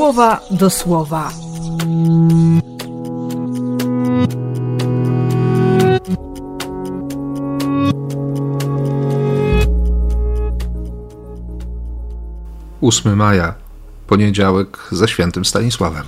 słowa do słowa. Ósmy maja, poniedziałek ze świętym Stanisławem.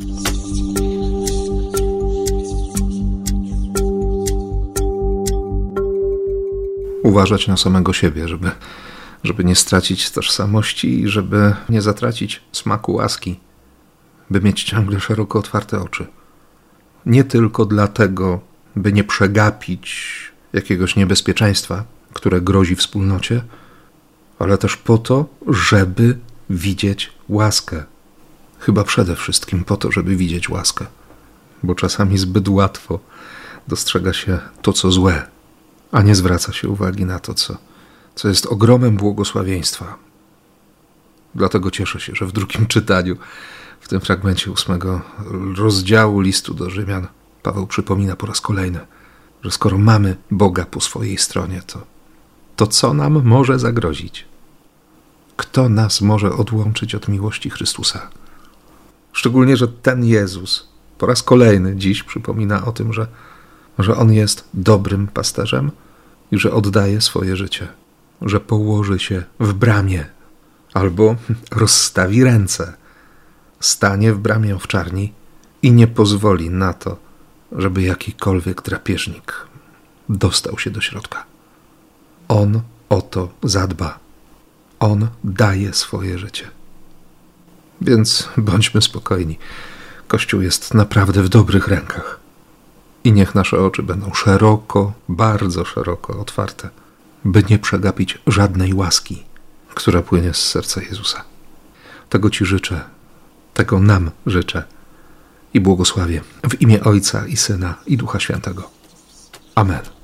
Uważać na samego siebie, żeby nie stracić tożsamości i żeby nie zatracić smaku łaski, by mieć ciągle szeroko otwarte oczy. Nie tylko dlatego, by nie przegapić jakiegoś niebezpieczeństwa, które grozi wspólnocie, ale też po to, żeby widzieć łaskę. Chyba przede wszystkim po to, żeby widzieć łaskę, bo czasami zbyt łatwo dostrzega się to, co złe, a nie zwraca się uwagi na to, co jest ogromem błogosławieństwa. Dlatego cieszę się, że w drugim czytaniu, w tym fragmencie 8 rozdziału listu do Rzymian, Paweł przypomina po raz kolejny, że skoro mamy Boga po swojej stronie, to co nam może zagrozić? Kto nas może odłączyć od miłości Chrystusa? Szczególnie, że ten Jezus po raz kolejny dziś przypomina o tym, że On jest dobrym pasterzem i że oddaje swoje życie, że położy się w bramie albo rozstawi ręce, stanie w bramie owczarni i nie pozwoli na to, żeby jakikolwiek drapieżnik dostał się do środka. On o to zadba. On daje swoje życie. Więc bądźmy spokojni. Kościół jest naprawdę w dobrych rękach. I niech nasze oczy będą szeroko, bardzo szeroko otwarte, by nie przegapić żadnej łaski, która płynie z serca Jezusa. Tego Ci życzę, tego nam życzę i błogosławię w imię Ojca i Syna i Ducha Świętego. Amen.